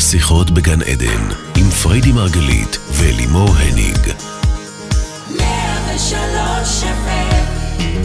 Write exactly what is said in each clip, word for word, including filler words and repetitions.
שיחות בגן עדן, עם פריידי מרגלית ולימור הניג. מאה ושלוש אף אם.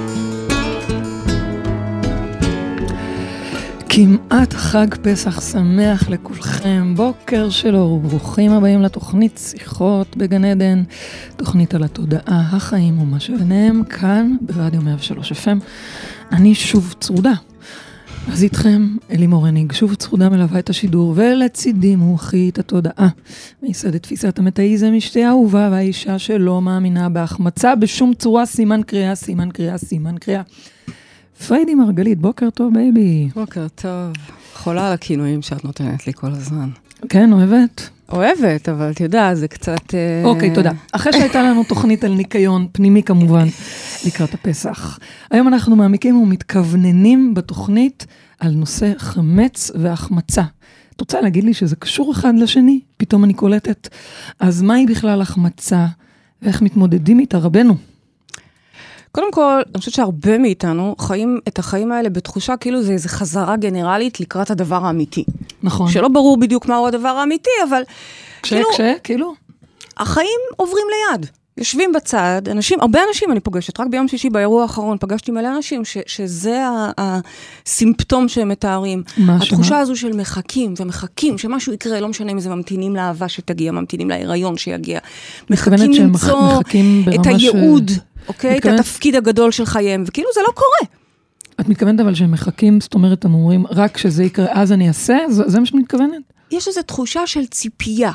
כמעט חג פסח שמח לכולכם, בוקר שלו וברוכים הבאים לתוכנית שיחות בגן עדן, תוכנית על התודעה, החיים ומה שביניהם, כאן ברדיו מאה ושלוש אף אם. אני שוב צרודה. אז איתכם, לימור הניג, שוב צרודה מלווה את השידור, ולצידי מומחית התודעה. מייסדת תפיסת המטאיזם, אשתי אהובה והאישה שלא מאמינה בהחמצה בשום צורה, סימן קריאה, סימן קריאה, סימן קריאה. פריידי מרגלית, בוקר טוב בייבי. בוקר טוב. חולה על הכינויים שאת נותנת לי כל הזמן. כן, אוהבת. אוהבת, אבל אתה יודע, זה קצת... אוקיי, תודה. אחרי שהייתה לנו תוכנית על ניקיון, פנימי כמובן, לקראת הפסח. היום אנחנו מעמיקים ומתכווננים בתוכנית על נושא חמץ והחמצה. את רוצה להגיד לי שזה קשור אחד לשני? פתאום אני קולטת. אז מהי בכלל החמצה? ואיך מתמודדים איתה רבנו? קודם כל, אני חושבת שהרבה מאיתנו חיים את החיים האלה בתחושה כאילו זה איזו חזרה גנרלית לקראת הדבר האמיתי. נכון. שלא ברור בדיוק מהו הדבר האמיתי, אבל... כש, כאילו, כש, כאילו? החיים עוברים ליד. יושבים בצד, אנשים, הרבה אנשים אני פוגשת, רק ביום שישי באירוע האחרון פגשתי מלא אנשים, ש, שזה הסימפטום שהם מתארים. התחושה הזו של מחכים ומחכים, שמשהו יקרה, לא משנה אם זה ממתינים לאהבה שתגיע, ממתינים להיריון שיגיע. מחכים למצוא את הייעוד, אוקיי? את התפקיד הגדול של חייהם, וכאילו זה לא קורה. את מתכוונת אבל שהם מחכים, זאת אומרת, הם אומרים, רק שזה יקרה, אז אני אעשה? זה מה שאת מתכוונת? יש איזו תחושה של ציפייה.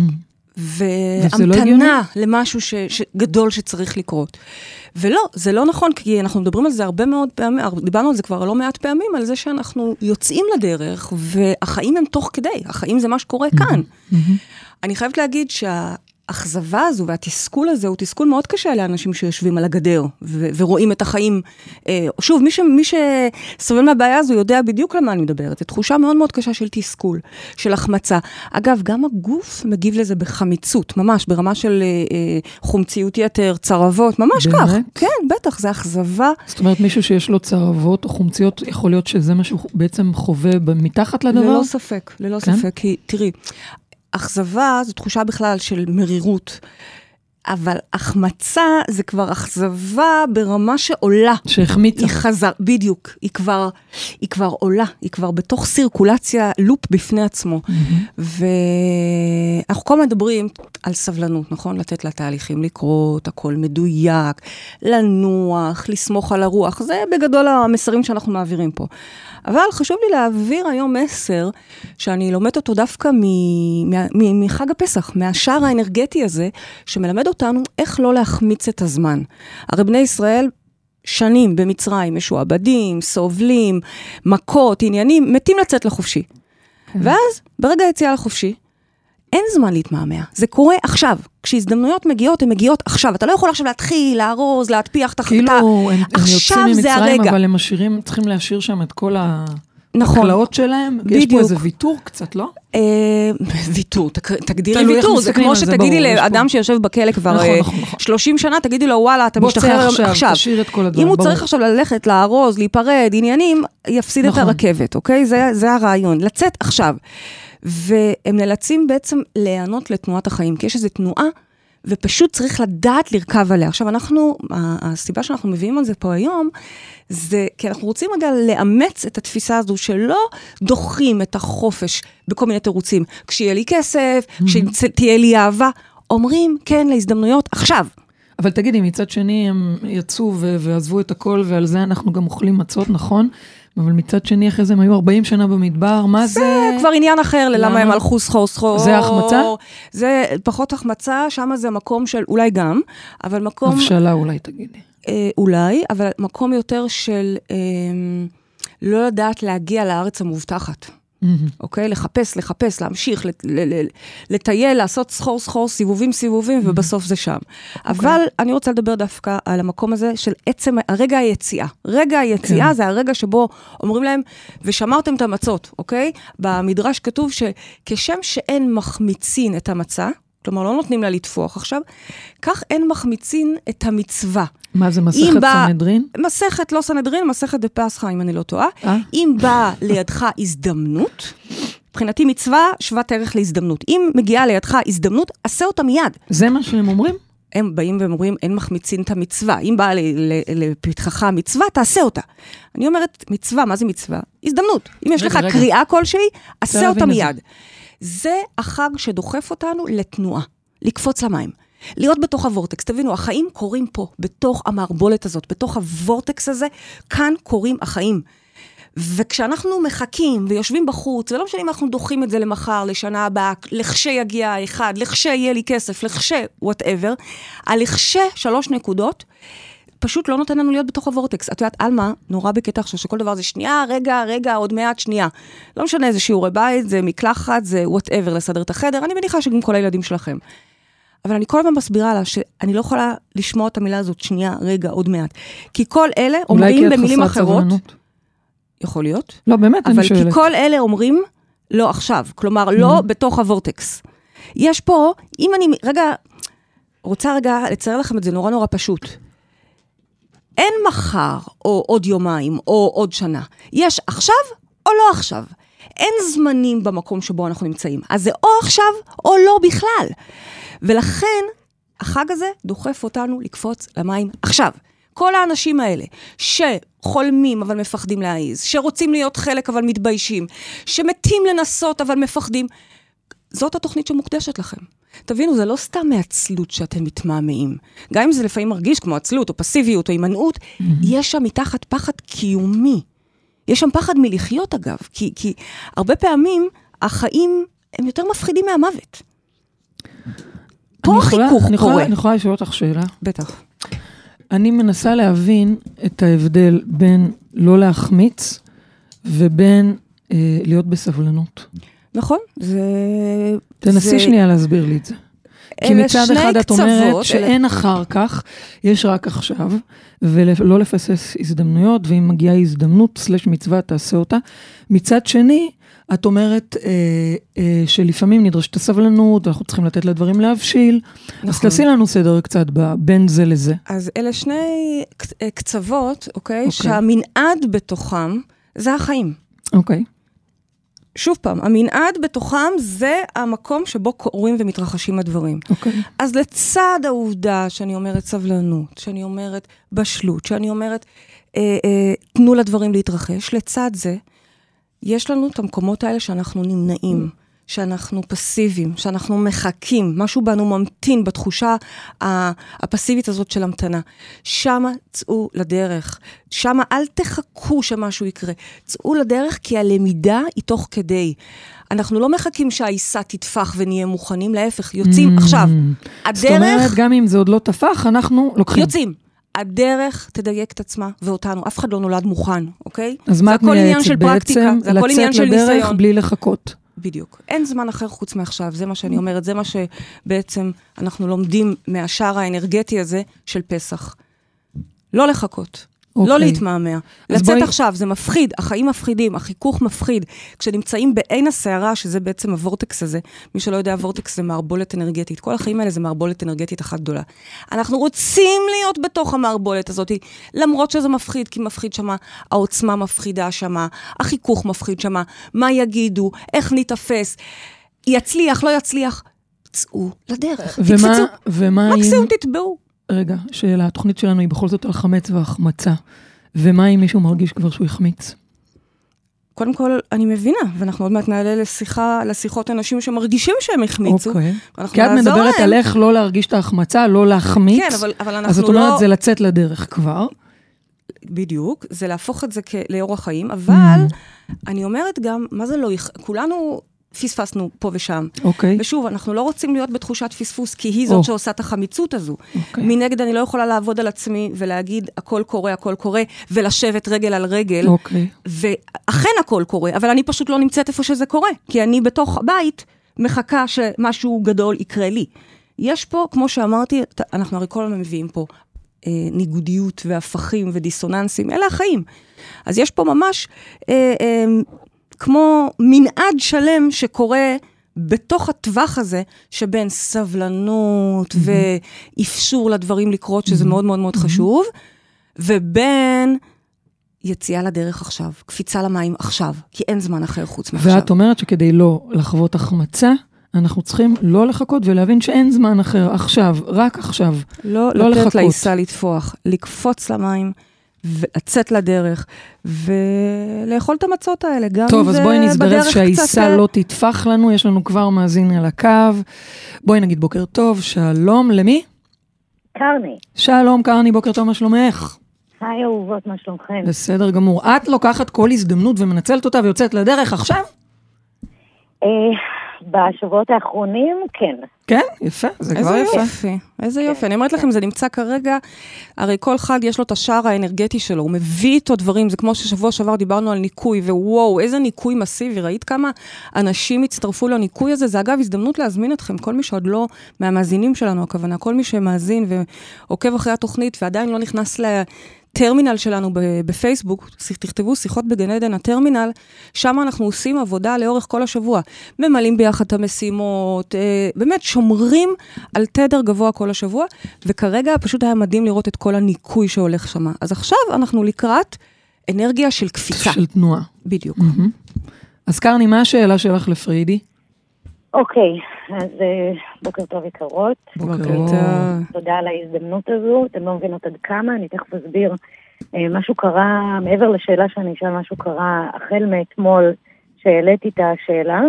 והמתנה למשהו ש, ש, גדול שצריך לקרות. ולא, זה לא נכון, כי אנחנו מדברים על זה הרבה מאוד פעמים, דיברנו על זה כבר לא מעט פעמים, על זה שאנחנו יוצאים לדרך, והחיים הם תוך כדי, החיים זה מה שקורה כאן. אני חייבת להגיד שה... האכזבה הזו והתסכול הזה הוא תסכול מאוד קשה לאנשים שיושבים על הגדר ו- ורואים את החיים. אה, שוב, מי, ש- מי שסובל מהבעיה הזו יודע בדיוק למה אני מדברת. זו תחושה מאוד מאוד קשה של תסכול, של החמצה. אגב, גם הגוף מגיב לזה בחמיצות, ממש ברמה של אה, אה, חומציות יתר, צרבות, ממש באמת? כך. כן, בטח, זה אכזבה. זאת אומרת, מישהו שיש לו צרבות או חומציות, יכול להיות שזה משהו בעצם חווה מתחת לדבר? ללא ספק, ללא כן? ספק. כי, תראי, אכזבה זו תחושה בכלל של מרירות, אבל החמצה זה כבר אכזבה ברמה שעולה. שהחמיצה. היא חזר, בדיוק, היא כבר, היא כבר עולה, היא כבר בתוך סירקולציה, לופ בפני עצמו. Mm-hmm. ואנחנו כל מדברים על סבלנות, נכון? לתת לתהליכים לקרות, הכל מדויק, לנוח, לסמוך על הרוח, זה בגדול המסרים שאנחנו מעבירים פה. אבל חשוב לי להעביר היום מסר, שאני לומדת אותו דווקא מחג הפסח, מהשער האנרגטי הזה, שמלמד אותנו איך לא להחמיץ את הזמן. הרי בני ישראל שנים במצרים, משועבדים, סובלים, מכות, עניינים, מתים לצאת לחופשי. ואז, ברגע היציאה לחופשי, אין זמן להתמהמה. זה קורה עכשיו. כשהזדמנויות מגיעות, הן מגיעות עכשיו. אתה לא יכול עכשיו להתחיל, לארוז, להטפיח תחתה. כאילו, הם יוצאים ממצרים, אבל הם משאירים, צריכים להשאיר שם את כל הקלעות שלהם. יש פה איזה ויתור קצת, לא? ויתור, תגדירי ויתור. זה כמו שתגידי לאדם שיושב בכלא כבר שלושים שנה, תגידי לו, וואלה, אתה משתחרר עכשיו. אם הוא צריך עכשיו ללכת, לארוז, להיפרד, עניינים, יפסיד את הרכבת, אוקיי? זה הרעיון. לצאת עכשיו. והם נאלצים בעצם להיענות לתנועת החיים, כי יש איזו תנועה, ופשוט צריך לדעת לרכב עליה. עכשיו, אנחנו, הסיבה שאנחנו מביאים על זה פה היום, זה כי אנחנו רוצים רגע לאמץ את התפיסה הזו, שלא דוחים את החופש בכל מיני תירוצים. כשיהיה לי כסף, כשתהיה לי אהבה, אומרים כן להזדמנויות עכשיו. אבל תגידי, מצד שני הם יצאו ועזבו את הכל, ועל זה אנחנו גם אוכלים מצות, נכון? אבל מצד שני, אחרי זה הם היו ארבעים שנה במדבר, מה זה? זה כבר עניין אחר, ללמה הם הלכו סחור סחור. זה החמצה? זה פחות החמצה, שם זה מקום של, אולי גם, אבל מקום... הבשלה אולי, תגידי. אה, אולי, אבל מקום יותר של אה, לא לדעת להגיע לארץ המובטחת. אוקיי? לחפש, לחפש, להמשיך, לטייל, לעשות סחור סחור, סיבובים סיבובים, ובסוף זה שם. אבל אני רוצה לדבר דווקא על המקום הזה של עצם, הרגע היציאה. רגע היציאה זה הרגע שבו אומרים להם, ושמרתם את המצות, אוקיי? במדרש כתוב שכשם שאין מחמיצין את המצה, כלומר לא נותנים לה לתפוח עכשיו, כך אין מחמיצין את המצווה. מה זה, מסכת סנהדרין? מסכת, לא סנהדרין, מסכת בפסחא, אם אני לא טועה. אם באה לידך הזדמנות, מבחינתי מצווה שוות ערך להזדמנות. אם מגיעה לידך הזדמנות, עשה אותה מיד. זה מה שהם אומרים? הם באים ואומרים, אין מחמיצין את המצווה. אם באה לפתחך המצווה, תעשה אותה. אני אומרת, מצווה, מה זה מצווה? הזדמנות. אם יש לך קריאה כלשהי, עשה אותה מיד. זה החג שדוחף אותנו לתנועה, לקפוץ למים. להיות בתוך הוורטקס. תבינו, החיים קורים פה, בתוך המערבולת הזאת, בתוך הוורטקס הזה, כאן קורים החיים. וכשאנחנו מחכים ויושבים בחוץ, ולא משנה אם אנחנו דוחים את זה למחר, לשנה הבאה, לכשיגיע האחד, לכשיהיה לי כסף, לכש, whatever, הלכשה שלוש נקודות, פשוט לא נותן לנו להיות בתוך הוורטקס. את יודעת, אלמה, נורא בקטע עכשיו, שכל דבר זה שנייה, רגע, רגע, עוד מעט, שנייה. לא משנה, איזה שיעורי בית, זה מקלחת, זה whatever, לסדר את החדר, אני מניחה שגם כל הילדים שלכם. אבל אני כל הזמן מסבירה לה שאני לא יכולה לשמוע את המילה הזאת, שנייה, רגע, עוד מעט. כי כל אלה אומרים במילים אחרות, יכול להיות. לא, באמת, אני שואלת. אבל כי כל אלה אומרים, לא עכשיו. כלומר, לא בתוך הוורטקס. יש פה, אם אני, רגע, רוצה רגע לצייר לכם את זה נורא נורא פשוט. אין מחר, או עוד יומיים, או עוד שנה. יש עכשיו, או לא עכשיו. אין זמנים במקום שבו אנחנו נמצאים. אז זה או עכשיו, או לא בכלל. ולכן, החג הזה דוחף אותנו לקפוץ למים עכשיו. כל האנשים האלה, שחולמים אבל מפחדים להעיז, שרוצים להיות חלק אבל מתביישים, שמתים לנסות אבל מפחדים, זאת התוכנית שמוקדשת לכם. תבינו, זה לא סתם מעצלות שאתם מתמהמאים. גם אם זה לפעמים מרגיש כמו עצלות או פסיביות או הימנעות, mm-hmm. יש שם מתחת פחד קיומי. יש שם פחד מלחיות אגב, כי, כי הרבה פעמים החיים הם יותר מפחידים מהמוות. פה החיכוך קורה. אני יכולה לשאול אותך שאלה? בטח. אני מנסה להבין את ההבדל בין לא להחמיץ, ובין אה, להיות בסבלנות. נכון, זה... תנסי זה... שנייה להסביר לי את זה. כי מצד אחד את אומרת שאין אחר כך, יש רק עכשיו, ולא לפסס הזדמנויות, ואם מגיעה הזדמנות, סלש מצווה, תעשה אותה. מצד שני, את אומרת אה, אה, שלפעמים נדרשת הסבלנות, אנחנו צריכים לתת לדברים להבשיל, נכון. אז תעשי לנו סדר קצת בין זה לזה. אז אלה שני קצוות, אוקיי, אוקיי. שהמנעד בתוכם זה החיים. אוקיי. שוב פעם, המנעד בתוכם זה המקום שבו קורים ומתרחשים הדברים. אוקיי. אז לצד העובדה שאני אומרת סבלנות, שאני אומרת בשלות, שאני אומרת אה, אה, תנו לדברים להתרחש, לצד זה, יש לנו את המקומות האלה שאנחנו נמנעים, שאנחנו פסיביים, שאנחנו מחכים, משהו בנו ממתין בתחושה הפסיבית הזאת של המתנה. שמה צאו לדרך, שמה אל תחכו שמשהו יקרה, צאו לדרך כי הלמידה היא תוך כדי. אנחנו לא מחכים שהעיסה תתפח ונהיה מוכנים, להפך, יוצאים עכשיו. הדרך... זאת אומרת, גם אם זה עוד לא תפח, אנחנו לוקחים. יוצאים. הדרך תדייק את עצמה ואותנו, אף אחד לא נולד מוכן, אוקיי? אז מה את מייעצת בעצם? לצאת לדרך בלי לחכות. בדיוק. אין זמן אחר חוץ מעכשיו, זה מה שאני אומרת, זה מה שבעצם אנחנו לומדים מהשער האנרגטי הזה של פסח. לא לחכות, okay. לא להתמהמה. לצאת בואי... עכשיו, זה מפחיד, החיים מפחידים, החיכוך מפחיד. כשנמצאים בעין הסערה, שזה בעצם הוורטקס הזה, מי שלא יודע, הוורטקס זה מערבולת אנרגטית. כל החיים האלה זה מערבולת אנרגטית אחת גדולה. אנחנו רוצים להיות בתוך המערבולת הזאת, למרות שזה מפחיד, כי מפחיד שמה, העוצמה מפחידה שמה, החיכוך מפחיד שמה, מה יגידו, איך נתאפס, יצליח, לא יצליח, צאו לדרך, ומה, תקפצו, ומה מקסימום אם... תטבעו. רגע, שאלה, התוכנית שלנו היא בכל זאת על חמץ והחמצה, ומה אם מישהו מרגיש כבר שהוא יחמיץ? קודם כל, אני מבינה, ואנחנו עוד מעט נעלה לשיחה, לשיחות אנשים שמרגישים שהם החמיצו. אוקיי. כי את מדברת על איך לא להרגיש את ההחמצה, לא להחמיץ, כן, אבל, אבל אנחנו אז זאת אומרת, לא... זה לצאת לדרך כבר. בדיוק, זה להפוך את זה לאורח חיים, אבל אני אומרת גם, מה זה לא, כולנו פספסנו פה ושם. אוקיי. ושוב, אנחנו לא רוצים להיות בתחושת פספוס, כי היא זאת שעושה את החמיצות הזו. אוקיי. מנגד, אני לא יכולה לעבוד על עצמי ולהגיד, הכל קורה, הכל קורה, ולשבת רגל על רגל. אוקיי. ואכן הכל קורה, אבל אני פשוט לא נמצאת איפה שזה קורה, כי אני בתוך הבית מחכה שמשהו גדול יקרה לי. יש פה, כמו שאמרתי, אנחנו הרי כל הזמן מביאים פה אה, ניגודיות והפכים ודיסוננסים, אלה החיים. אז יש פה ממש... אה, אה, כמו מנעד שלם שקורה בתוך הטווח הזה, שבין סבלנות mm-hmm. ואפשור לדברים לקרות, שזה mm-hmm. מאוד מאוד מאוד mm-hmm. חשוב, ובין יציאה לדרך עכשיו, קפיצה למים עכשיו, כי אין זמן אחר חוץ מעכשיו. ואת אומרת שכדי לא לחוות החמצה, אנחנו צריכים לא לחכות ולהבין שאין זמן אחר, עכשיו, רק עכשיו. לא, לא לתת לחכות. לעיסה לתפוח, לקפוץ למים, ולצאת לדרך, ולאכול את המצות האלה, גם טוב, אז בואי נזדרז שהעיסה קצת... לא תטפח לנו, יש לנו כבר מאזין על הקו. בואי נגיד בוקר טוב, שלום, למי? קרני. שלום, קרני, בוקר טוב, מה שלומך? היי אהובות, מה שלומכם? בסדר גמור. את לוקחת כל הזדמנות ומנצלת אותה ויוצאת לדרך עכשיו? אה, בשבועות האחרונים, כן. כן, יפה, זה כבר איזה יפה. יופי, איזה יופי. אני אומרת לכם, זה נמצא כרגע, הרי כל חג יש לו את השער האנרגטי שלו, הוא מביא איתו דברים, זה כמו ששבוע שעבר דיברנו על ניקוי, ווואו, איזה ניקוי מסיבי, ראית כמה אנשים הצטרפו לניקוי הזה? זה אגב הזדמנות להזמין אתכם, כל מי שעוד לא, מהמאזינים שלנו הכוונה, כל מי שמאזין ועוקב אחרי התוכנית, ועדיין לא נכנס ל... טרמינל שלנו בפייסבוק, תכתבו שיחות בגן עדן, הטרמינל, שם אנחנו עושים עבודה לאורך כל השבוע. ממלאים ביחד את המשימות, באמת שומרים על תדר גבוה כל השבוע, וכרגע פשוט היה מדהים לראות את כל הניקוי שהולך שם. אז עכשיו אנחנו לקראת אנרגיה של קפיצה. של תנועה. בדיוק. אז קרני, מה השאלה שלך לפרידי? אוקיי, אז בוקר טוב יקרות. בוקר טוב. תודה על ההזדמנות הזו, אתם לא מבינות עד כמה, אני תכף אסביר. משהו קרה, מעבר לשאלה שאני אשאל, משהו קרה החל מאתמול שהעליתי את השאלה,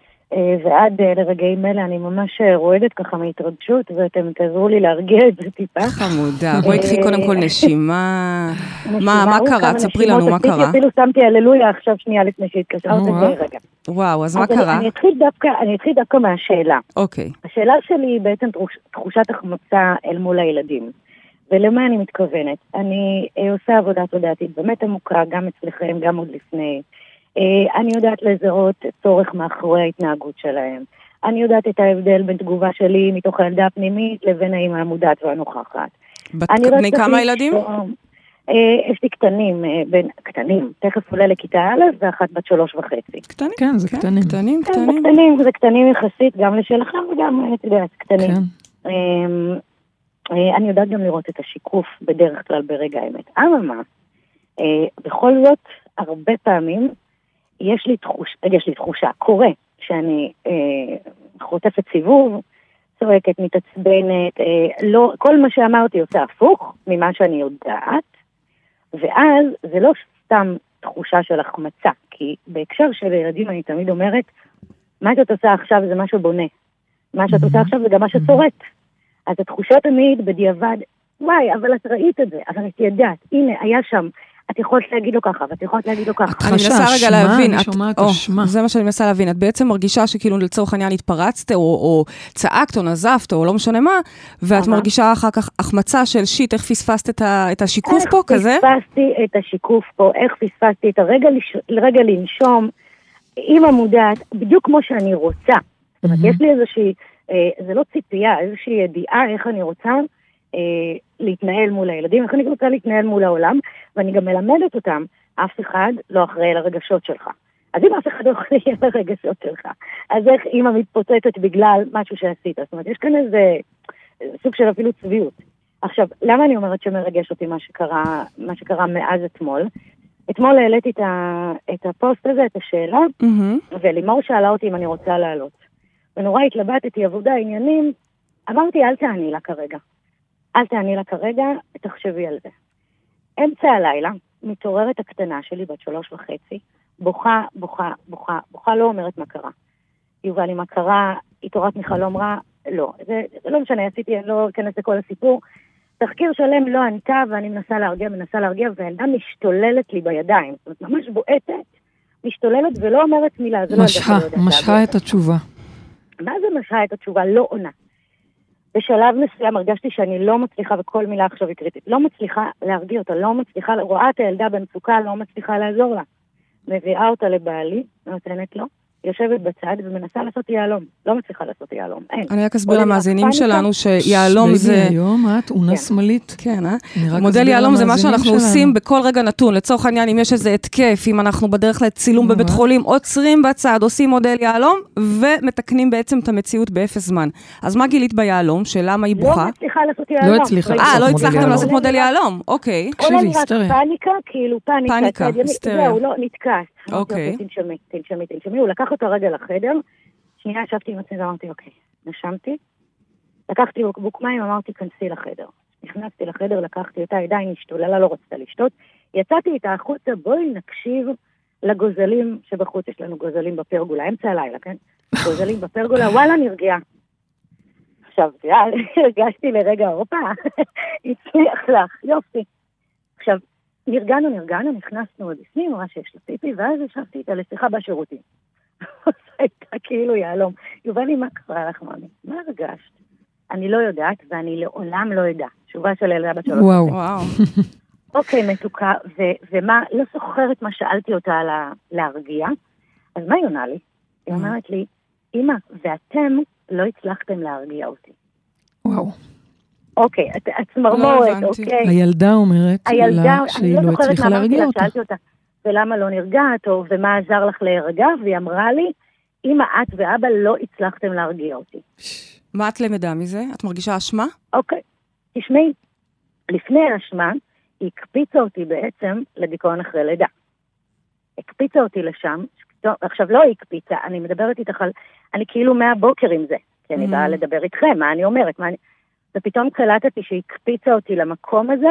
ועד לרגעים אלה אני ממש רועדת ככה מהתרגשות, ואתם תעזרו לי להרגיע את זה טיפה. חמודה, בואי קחי קודם כל נשימה. מה קרה? ספרי לנו מה קרה. אפילו שמתי הללויה עכשיו שנייה לפני שהתקשרת את זה רגע. וואו, אז מה קרה? אני אתחיל דווקא, אני אתחיל דווקא מהשאלה. אוקיי. השאלה שלי היא בעצם תחושת החמצה אל מול הילדים. ולמה אני מתכוונת? אני עושה עבודה תודעתית באמת עמוקה, גם אצלכם, גם עוד לפני. אני יודעת לזהות צורך מאחורי ההתנהגות שלהם. אני יודעת את ההבדל בין תגובה שלי מתוך הילדה הפנימית לבין האמא המודעת והנוכחת. בני כמה ילדים? יש לי קטנים, בין קטנים, תכף עולה לכיתה א' ואחת בת שלוש וחצי. קטנים? כן, זה קטנים. קטנים, קטנים. זה קטנים, זה קטנים יחסית, גם לשלכם וגם, אתה יודע, קטנים. אני יודעת גם לראות את השיקוף בדרך כלל ברגע האמת. אבל מה? בכל זאת, הרבה פעמים, יש לי תחוש, יש לי תחושה, קורה, שאני חוטפת סיבוב, צועקת, מתעצבנת, לא, כל מה שאמרתי עושה הפוך ממה שאני יודעת, ואז זה לא סתם תחושה של החמצה, כי בהקשר של ילדים אני תמיד אומרת, מה שאת עושה עכשיו זה מה שבונה, מה שאת עושה עכשיו זה גם מה שצורת. אז התחושה תמיד בדיעבד, וואי, אבל את ראית את זה, אבל את ידעת, הנה, היה שם, את יכולת להגיד לו ככה, ואת יכולת להגיד לו ככה. אני מנסה רגע להבין, אני שומעת אשמה. זה מה שאני מנסה להבין, את בעצם מרגישה שכאילו לצורך העניין התפרצת, או צעקת, או נזפת, או לא משנה מה, ואת מרגישה אחר כך החמצה של שיט, איך פספסת את השיקוף פה, כזה? איך פספסתי את השיקוף פה, איך פספסתי את הרגע לנשום, עם המודעת, בדיוק כמו שאני רוצה. זאת אומרת, יש לי איזושהי, זה לא ציפייה, איזושהי ידיעה איך אני רוצה, להתנהל מול הילדים, איך אני רוצה להתנהל מול העולם, ואני גם מלמדת אותם, אף אחד לא אחראי לרגשות שלך. אז אם אף אחד לא אחראי לרגשות שלך, אז איך אמא מתפוצצת בגלל משהו שעשית? זאת אומרת, יש כאן איזה סוג של אפילו צביעות. עכשיו, למה אני אומרת שמרגש אותי מה שקרה, מה שקרה מאז אתמול? אתמול העליתי את, ה, את הפוסט הזה, את השאלה, mm-hmm. ולימור שאלה אותי אם אני רוצה לעלות. ונורא התלבטתי עבודה, עניינים, אמרתי, אל תעני לה כרגע. אל תעני לה כרגע, תחשבי על זה. אמצע הלילה, מתעוררת הקטנה שלי, בת שלוש וחצי, בוכה, בוכה, בוכה, בוכה לא אומרת מה קרה. יובל, אם מה קרה, התעוררת מחלום רע, לא. זה, זה לא משנה, עשיתי, אני לא אכנס לכל הסיפור. תחקיר שלם לא ענתה, ואני מנסה להרגיע, מנסה להרגיע, והילדה משתוללת לי בידיים. זאת אומרת, ממש בועטת, משתוללת ולא אומרת מילה. זה משכה, לא משכה את התשובה. מה זה משכה את התשובה? לא עונה. בשלב מסוים הרגשתי שאני לא מצליחה, וכל מילה עכשיו היא קריטית, לא מצליחה להרגיע אותה, לא מצליחה, רואה את הילדה במצוקה, לא מצליחה לעזור לה. מביאה אותה לבעלי, נותנת לו, יושבת בצד ומנסה לעשות יעלום. לא מצליחה לעשות יעלום, אין. אני רק אסביר למאזינים שלנו שיעלום זה... בייבי היום, את תאונה שמאלית. כן, אה? מודל יעלום זה מה שאנחנו עושים בכל רגע נתון. לצורך העניין, אם יש איזה התקף, אם אנחנו בדרך לצילום בבית חולים, עוצרים בצד, עושים מודל יעלום, ומתקנים בעצם את המציאות באפס זמן. אז מה גילית ביעלום? שלמה היא בוכה? לא מצליחה לעשות יעלום. לא הצליחה. אה, לא הצלחתם לעשות מודל יעלום. אוקיי. תקשיבי, היסטריה. פאניקה, כאילו פאניקה. פאניקה, היסטריה. זהו, לא, נתקעת. אוקיי. תנשמי, תנשמי, תנשמי. הוא לקח אותה רגע לחדר, שנייה ישבתי עם עצמי ואמרתי, אוקיי, נשמתי, לקחתי בקבוק מים, אמרתי, כנסי לחדר. נכנסתי לחדר, לקחתי אותה, עדיין השתוללה, לא רצתה לשתות, יצאתי איתה החוצה, בואי נקשיב לגוזלים שבחוץ, יש לנו גוזלים בפרגולה, אמצע הלילה, כן? גוזלים בפרגולה, וואלה, נרגעה. עכשיו, הרגשתי לרגע, אופה, הצליח לך, יופי. עכשיו, נרגענו, נרגענו, נכנסנו עוד בפנים, רואה שיש לה פיפי, ואז ישבתי איתה לשיחה בשירותים. הייתה כאילו יעלום. יובלי, מה קרה לך, מאמי? מה הרגשת? אני לא יודעת, ואני לעולם לא יודע. תשובה של ילדה בת שלוש. וואו. אוקיי, מתוקה, ומה, לא זוכרת מה שאלתי אותה על להרגיע, אז מה היא עונה לי? היא אומרת לי, אמא, ואתם לא הצלחתם להרגיע אותי. וואו. אוקיי, את צמרמורת, אוקיי. הילדה אומרת לה שהיא לא הצליחה להרגיע אותה. שאלתי אותה, ולמה לא נרגעת, או ומה עזר לך להירגע, והיא אמרה לי, אמא, את ואבא לא הצלחתם להרגיע אותי. מה את למדה מזה? את מרגישה אשמה? אוקיי, תשמעי, לפני האשמה, היא הקפיצה אותי בעצם לדיכאון אחרי לידה. הקפיצה אותי לשם, עכשיו לא היא הקפיצה, אני מדברת איתך על, אני כאילו מהבוקר עם זה, כי אני באה לדבר איתכם, מה אני אומרת, מה אני... ופתאום קלטתי שהיא הקפיצה אותי למקום הזה,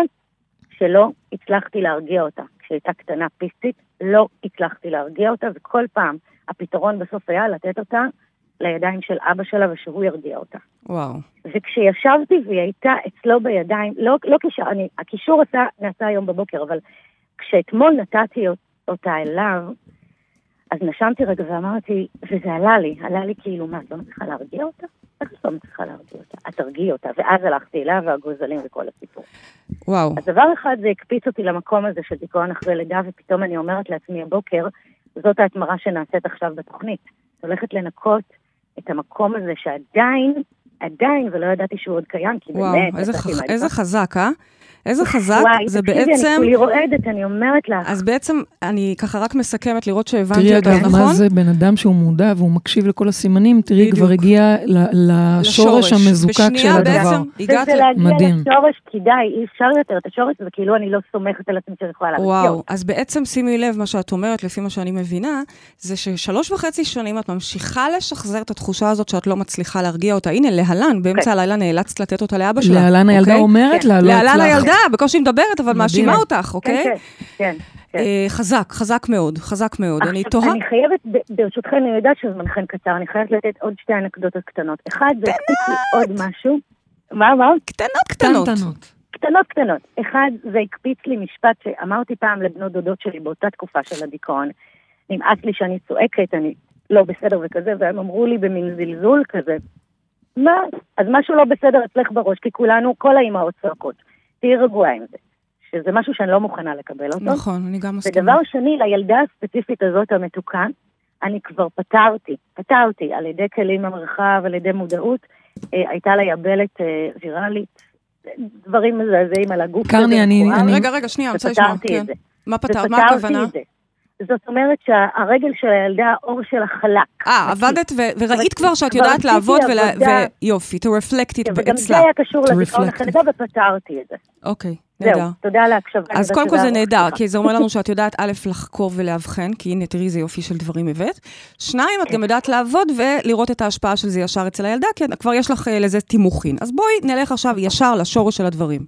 שלא הצלחתי להרגיע אותה. כשהייתה קטנה פיסטית, לא הצלחתי להרגיע אותה, וכל פעם הפתרון בסוף היה לתת אותה לידיים של אבא שלה, ושהוא ירגיע אותה. וואו. וכשישבתי והיא הייתה אצלו בידיים, לא, לא קישר, אני, הקישור עשה, נעשה היום בבוקר, אבל כשאתמול נתתי אותה אליו, אז נשמתי רגע ואמרתי, וזה עלה לי, עלה לי כאילו, מה, את לא מצליחה להרגיע אותה? את לא מצליחה להרגיע אותה, את תרגיע אותה, ואז הלכתי אליו והגוזלים וכל הסיפור. וואו. אז דבר אחד זה הקפיץ אותי למקום הזה של דיכאון אחרי לידה, ופתאום אני אומרת לעצמי הבוקר, זאת ההתמרה שנעשית עכשיו בתוכנית. הולכת לנקות את המקום הזה שעדיין, עדיין, ולא ידעתי שהוא עוד קיים, כי וואו, באמת... איזה, ח... איזה חזק, אה? איזה חזק, וואי, זה תקשיבי, בעצם... אני כולי רועדת, אני אומרת לך. אז בעצם, אני ככה רק מסכמת לראות שהבנתי תראי, אותך, אגב, נכון? מה זה בן אדם שהוא מודע והוא מקשיב לכל הסימנים, תראי, כבר הגיע לשורש המזוקק של הדבר. בעצם, הגעת... וזה להגיע מדהים. לשורש, כדאי, אי אפשר יותר את השורש, וכאילו אני לא סומכת על עצמי שאני יכולה להרגיע אותה. וואו, אז בעצם שימי לב מה שאת אומרת, לפי מה שאני מבינה, זה ששלוש וחצי שנים את ממשיכה לשחזר את התחושה הזאת שאת לא מצליחה להרגיע אותה. הנה, להלן, באמצע הלילה נאלצת לתת אותה לאבא שלה. להלן הילדה אומרת לה, לא הצלחת. להלן הילדה, בקושי מדברת, אבל מאשימה אותך, אוקיי? כן, כן. חזק, חזק מאוד, חזק מאוד. אני תוהה... אני חייבת, ברשותכם, אני יודעת שזמנכם קצר, אני חייבת לתת עוד שתי אנקדוטות קטנות. אחד, זה הקפיץ לי עוד משהו. מה, מה? קטנות, קטנות. קטנות, קטנות. אחד, זה הקפיץ לי משפט שאמרתי פעם לבנות דודות שלי באותה תקופה של הדיכאון. נמאס לי שאני צועקת, אני לא בסדר וכזה, והם אמרו לי במין זלזול כזה. מה? אז משהו לא בסדר אצלך בראש, כי כולנו, כל האימהות צועקות. תהי רגועה עם זה. שזה משהו שאני לא מוכנה לקבל אותו. נכון, אני גם מסכימה. ודבר שני, לילדה הספציפית הזאת המתוקה, אני כבר פתרתי, פתרתי על ידי כלים במרחב, על ידי מודעות, אה, הייתה לה יבלת אה, ויראלית, דברים מזעזעים על הגוף. קרני, אני... אני... רגע, רגע, שנייה, אני רוצה לשמוע. כן. מה פתרת? מה הכוונה? זאת אומרת שהרגל של הילדה, האור שלה חלק. אה, עבדת וראית כבר שאת יודעת לעבוד ויופי, to reflect it אצלה. וגם זה היה קשור לדיכאון אחרי לידה ופתרתי את זה. אוקיי, נהדר. זהו, תודה להקשבה. אז קודם כל זה נהדר, כי זה אומר לנו שאת יודעת א' לחקור ולהבחן, כי הנה תראי זה יופי של דברים הבאת. שניים, את גם יודעת לעבוד ולראות את ההשפעה של זה ישר אצל הילדה, כי כבר יש לך לזה תימוכין. אז בואי נלך עכשיו ישר לשורש של הדברים.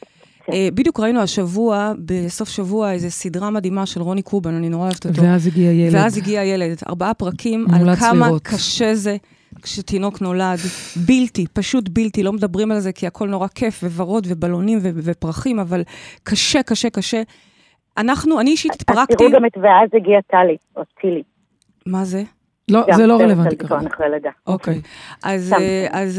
בדיוק ראינו השבוע, בסוף שבוע, איזו סדרה מדהימה של רוני קובן, אני נורא אוהבת אותו. ואז הגיע ילד. ואז הגיע ילד. ארבעה פרקים על כמה קשה זה כשתינוק נולד. בלתי, פשוט בלתי, לא מדברים על זה, כי הכל נורא כיף, וורוד ובלונים ופרחים, אבל קשה, קשה, קשה. אנחנו, אני אישית התפרקתי... אז תראו גם את ואז הגיע טלי, או טילי. מה זה? לא, זה לא רלוונטי ככה. אוקיי. אז, אז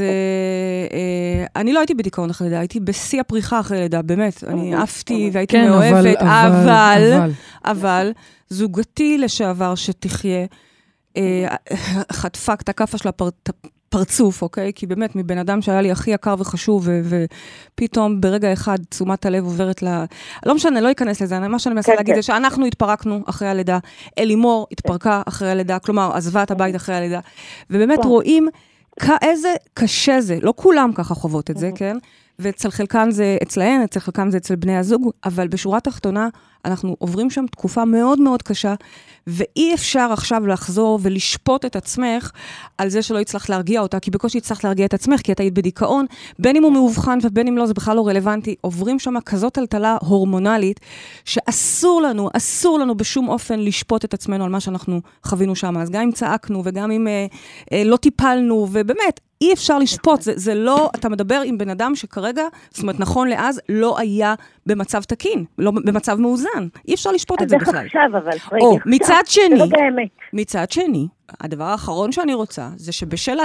אני לא הייתי בדיכאון אחרי לידה, הייתי בשיא הפריחה אחרי לידה, באמת. אני עפתי והייתי מאוהבת, אבל, אבל, זוגתי לשעבר שתחיה, חטפה את הכפה של הפרצוף, אוקיי? כי באמת, מבן אדם שהיה לי הכי יקר וחשוב, ופתאום ברגע אחד תשומת הלב עוברת ל... לא משנה, לא ייכנס לזה, מה שאני מנסה להגיד זה שאנחנו התפרקנו אחרי הלידה, אלימור התפרקה אחרי הלידה, כלומר, עזבה את הבית אחרי הלידה, ובאמת רואים איזה קשה זה, לא כולם ככה חוות את זה, כן? ואצל חלקן זה אצלהן, אצל חלקן זה אצל בני הזוג, אבל בשורה תחתונה, אנחנו עוברים שם תקופה מאוד מאוד קשה, ואי אפשר עכשיו לחזור ולשפוט את עצמך על זה שלא יצלח להרגיע אותה, כי בקושי יצלח להרגיע את עצמך, כי אתה היית בדיכאון, בין אם הוא מאובחן ובין אם לא, זה בכלל לא רלוונטי, עוברים שם כזאת טלטלה הורמונלית, שאסור לנו, אסור לנו בשום אופן לשפוט את עצמנו על מה שאנחנו חווינו שם, אז גם אם צעקנו וגם אם אה, אה, לא טיפלנו, ובאמת, אי אפשר לשפוט, זה, זה לא, אתה מדבר עם בן אדם שכרגע, זאת אומרת, נכון לאז, לא היה במצב תקין, לא במצב מאוזן. אי אפשר לשפוט את זה בכלל. אז איך עכשיו, אבל פרידי, או, עכשיו, מצד שני, זה לא באמת. מצד שני, הדבר האחרון שאני רוצה, זה שבשל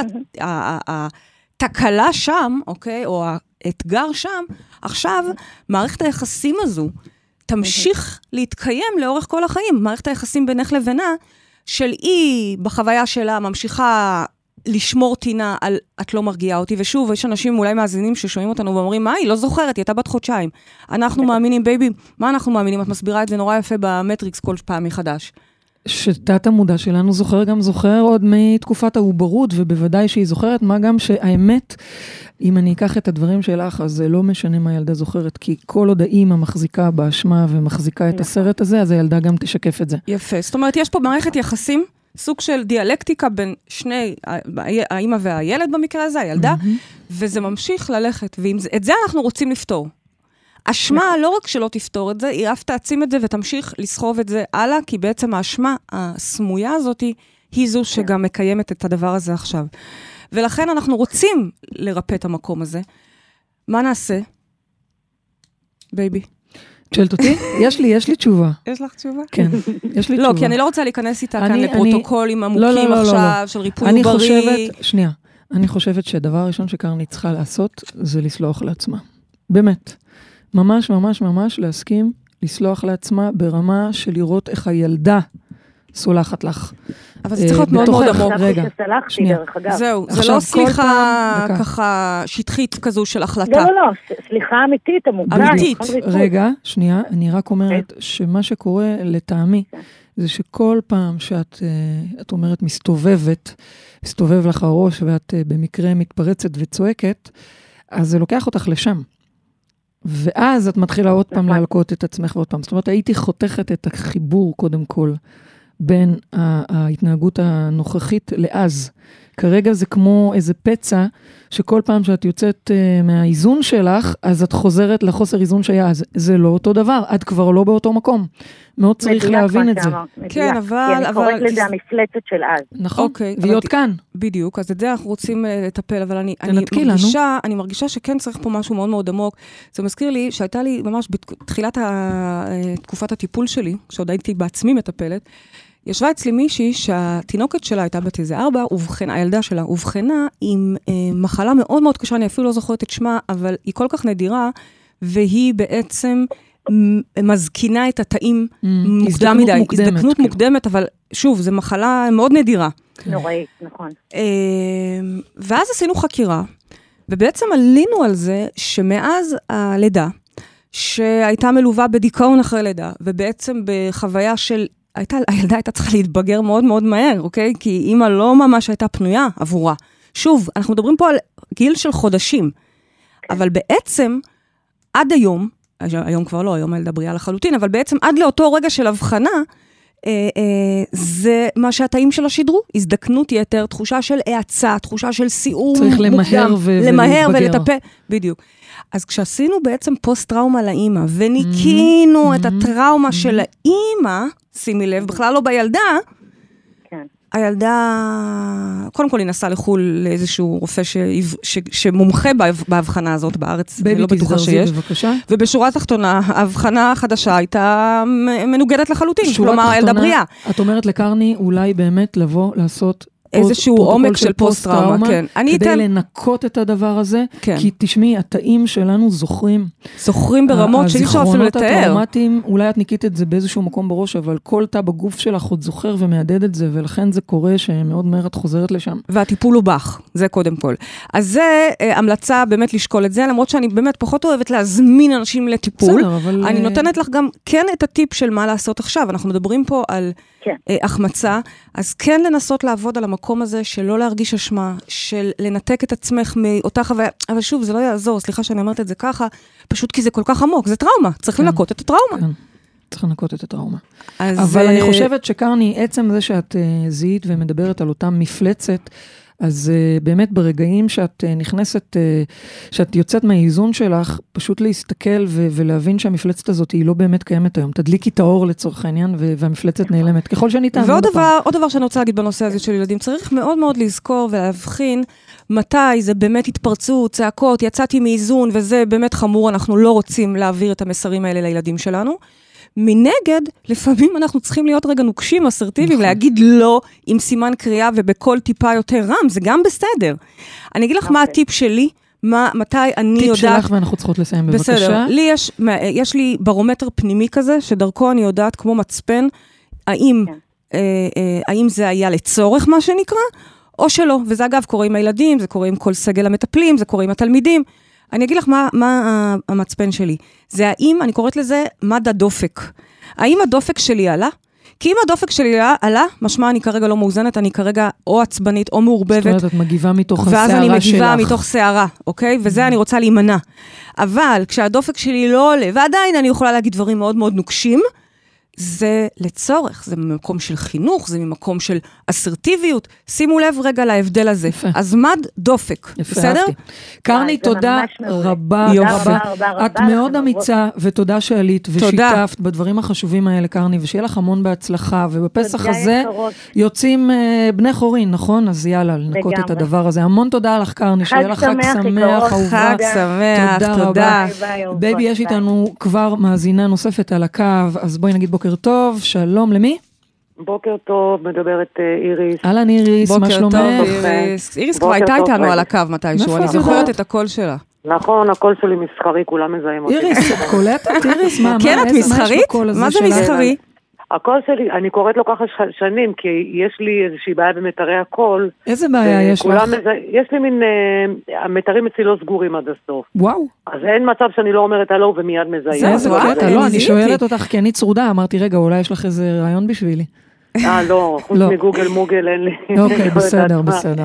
התקלה שם, אוקיי, או האתגר שם, עכשיו, מערכת היחסים הזו, תמשיך להתקיים לאורך כל החיים. מערכת היחסים בינך לבינה, של היא, בחוויה שלה, ממשיכה לשמור טינה על את לא מרגיעה אותי, ושוב, יש אנשים אולי מאזינים ששומעים אותנו ואומרים, מה, היא לא זוכרת, היא הייתה בת חודשיים. אנחנו מאמינים, בייבי, מה אנחנו מאמינים? את מסבירה את זה נורא יפה במטריקס כל פעם מחדש. שתת המודע שלנו זוכר גם זוכר עוד מתקופת העוברות, ובוודאי שהיא זוכרת, מה גם שהאמת, אם אני אקח את הדברים שלך, אז זה לא משנה מה ילדה זוכרת, כי כל עוד האמא מחזיקה באשמה ומחזיקה את הסרט הזה, אז הילדה גם תשקף את זה. יפה, זאת אומרת, יש פה מערכת יחסים, סוג של דיאלקטיקה בין שני, האמא והילד במקרה הזה, הילדה, וזה ממשיך ללכת, ואת זה אנחנו רוצים לפתור. אשמה לא רק שלא תפתור את זה, היא אף תעצים את זה ותמשיך לסחוב את זה הלאה, כי בעצם האשמה הסמויה הזאת היא זו שגם מקיימת את הדבר הזה עכשיו. ולכן אנחנו רוצים לרפא את המקום הזה. מה נעשה? בייבי. שואלת אותי? יש לי, יש לי תשובה. יש לך תשובה? כן, יש לי לא, תשובה. כי אני לא רוצה להיכנס איתה כאן לפרוטוקולים עמוקים עכשיו, של ריפוי בריא. אני חושבת, שנייה, אני חושבת שהדבר הראשון שקרני צריכה לעשות, זה לסלוח לעצמה. באמת. ממש, ממש, ממש להסכים, לסלוח לעצמה ברמה של לראות איך הילדה סולחת לך. אבל זה צריך להיות מאוד מאוד עמוק. רגע, שנייה. זהו, זה לא סליחה ככה שטחית כזו של החלטה. לא, לא, לא, סליחה אמיתית, עמוקה. אמיתית. רגע, שנייה, אני רק אומרת שמה שקורה לטעמי, זה שכל פעם שאת את אומרת מסתובבת, מסתובב לך הראש ואת במקרה מתפרצת וצועקת, אז זה לוקח אותך לשם. ואז את מתחילה עוד פעם להלקות את עצמך ועוד פעם. זאת אומרת, הייתי חותכת את החיבור קודם כל, בין ההתנהגות הנוכחית לאז. כרגע זה כמו איזה פצע, שכל פעם שאת יוצאת מהאיזון שלך, אז את חוזרת לחוסר איזון שהיה אז. זה לא אותו דבר, את כבר לא באותו מקום. מאוד צריך להבין את זה. כן, אבל... כי אני קוראת לזה המפלצת של אז. נכון, והיא עוד כאן. בדיוק, אז את זה אנחנו רוצים לטפל, אבל אני מרגישה, אני מרגישה שכן צריך פה משהו מאוד מאוד עמוק. זה מזכיר לי שהייתה לי ממש בתחילת תקופת הטיפול שלי, שעוד הייתי בעצמי מטפלת, ישבה אצלי מישהי שהתינוקת שלה הייתה בת איזה ארבע, ובחנה, הילדה שלה הובחנה עם אה, מחלה מאוד מאוד קשה, אני אפילו לא זוכרת את שמה, אבל היא כל כך נדירה, והיא בעצם מזקינה את התאים mm, מוקדם מדי. מוקדמת, הזדקנות כאילו. מוקדמת, אבל שוב, זו מחלה מאוד נדירה. נוראית, נכון. אה, ואז עשינו חקירה, ובעצם עלינו על זה שמאז הלידה, שהייתה מלווה בדיכאון אחרי לידה, ובעצם בחוויה של הייתה, הילדה הייתה צריכה להתבגר מאוד מאוד מהר, אוקיי? כי אימא לא ממש הייתה פנויה עבורה. שוב, אנחנו מדברים פה על גיל של חודשים, אבל בעצם, עד היום, היום כבר לא, היום הילדה בריאה לחלוטין, אבל בעצם עד לאותו רגע של הבחנה, אה, אה, זה מה שהתאים שלה שידרו, הזדקנות יתר, תחושה של העצה, תחושה של סיום צריך למהר ו- למהר ולהתבגר. ולטפל, בדיוק. אז כשעשינו בעצם פוסט-טראומה לאמא, וניקינו את הטראומה של האמא, שימי לב, בכלל לא בילדה, כן. הילדה, קודם כל היא נסעה לחול לאיזשהו רופא ש... ש... שמומחה בהבחנה הזאת בארץ, אני לא בטוחה שיש. בבקשה. ובשורה התחתונה, ההבחנה החדשה הייתה מנוגדת לחלוטין, כלומר, הילדה בריאה. את אומרת לקרני, אולי באמת לבוא לעשות איזשהו עומק של פוסט-טראומה, כן. כדי לנקות את הדבר הזה, כי תשמעי, התאים שלנו זוכרים. זוכרים ברמות שאי אפשר אפילו לתאר. הזיכרונות הטראומטיים, אולי את ניקית את זה באיזשהו מקום בראש, אבל כל תא בגוף שלך עוד זוכר ומעדד את זה, ולכן זה קורה שמאוד מהר את חוזרת לשם. והטיפול הוא בך, זה קודם כל. אז זה המלצה באמת לשקול את זה, למרות שאני באמת פחות אוהבת להזמין אנשים לטיפול. אני נותנת לך גם כן את הטיפ של מה לעשות עכשיו. אנחנו מדברים פה על החמצה, אז כן לנסות לעבוד על המקום הזה של לא להרגיש אשמה, של לנתק את עצמך מאותה חוויה, אבל שוב, זה לא יעזור, סליחה שאני אומרת את זה ככה, פשוט כי זה כל כך עמוק, זה טראומה, צריך לנקות את הטראומה. כן, צריך לנקות את הטראומה. אבל אני חושבת שקרני, עצם זה שאת זיהית ומדברת על אותה מפלצת, אז uh, באמת ברגעים שאת uh, נכנסת, uh, שאת יוצאת מהאיזון שלך, פשוט להסתכל ו- ולהבין שהמפלצת הזאת היא לא באמת קיימת היום. תדליקי את האור לצורך העניין, ו- והמפלצת נעלמת, ככל שניתן. ועוד דבר, עוד דבר שאני רוצה להגיד בנושא הזה של ילדים, צריך מאוד מאוד לזכור ולהבחין מתי זה באמת התפרצות, צעקות, יצאתי מאיזון, וזה באמת חמור, אנחנו לא רוצים להעביר את המסרים האלה לילדים שלנו. מנגד, לפעמים אנחנו צריכים להיות רגע נוקשים, אסרטיביים, להגיד לא עם סימן קריאה ובכל טיפה יותר רם, זה גם בסדר. אני אגיד לך מה הטיפ שלי, מתי אני יודעת... טיפ שלך ואנחנו צריכות לסיים בבקשה. בסדר, לי יש, יש לי ברומטר פנימי כזה, שדרכו אני יודעת כמו מצפן, האם, האם זה היה לצורך מה שנקרא, או שלא. וזה אגב קורה עם הילדים, זה קורה עם כל סגל המטפלים, זה קורה עם התלמידים. אני אגיד לך מה, מה המצפן שלי. זה האם, אני קוראת לזה, מד הדופק. האם הדופק שלי עלה? כי אם הדופק שלי עלה, משמע אני כרגע לא מאוזנת, אני כרגע או עצבנית או מעורבבת. זאת אומרת, את מגיבה מתוך השערה שלך. ואז אני מגיבה מתוך שערה, אוקיי? וזה אני רוצה להימנע. אבל כשהדופק שלי לא עולה, ועדיין אני יכולה להגיד דברים מאוד מאוד נוקשים, זה לצורך, זה ממקום של חינוך, זה ממקום של אסרטיביות. שימו לב רגע להבדל הזה. יפה. אז מד דופק, יפה, בסדר? אהבתי. קרני, תודה רבה, רבה. את מאוד אמיצה, ותודה שעלית, ושיתפת בדברים החשובים האלה, קרני, ושיהיה לך המון בהצלחה, ובפסח הזה יוצאים בני חורין, נכון? אז יאללה, לנקות את הדבר הזה. המון תודה לך, קרני, שיהיה לך חג שמח, אהובה. חג שמח, תודה. בייבי, יש איתנו כבר מאזינה נוספת על הקו, אז בואי נגיד בוקר טוב, שלום, למי? בוקר טוב, מדברת איריס. אהלן איריס, מה שלומך? איריס, איריס כבר הייתה איתנו על הקו מתישהו, אני זוכרת את הקול שלה. נכון, הקול שלי מסחרי, כולם מזהים אותי. איריס, קולטת איריס, מה? כן, את מסחרית? מה זה מסחרי? הקול שלי, אני קוראת לו ככה שנים, כי יש לי איזושהי בעיה במתרי הקול. איזה בעיה יש לך? יש לי מין, המתרים אצלי לא סגורים עד הסוף. וואו. אז אין מצב שאני לא אומרת הלו ומיד מזהים. זה קטע, לא, אני שואלת אותך, כי אני צרודה, אמרתי, רגע, אולי יש לך איזה רעיון בשבילי. אה, לא, חוץ מגוגל מוגל אין לי. אוקיי, בסדר, בסדר.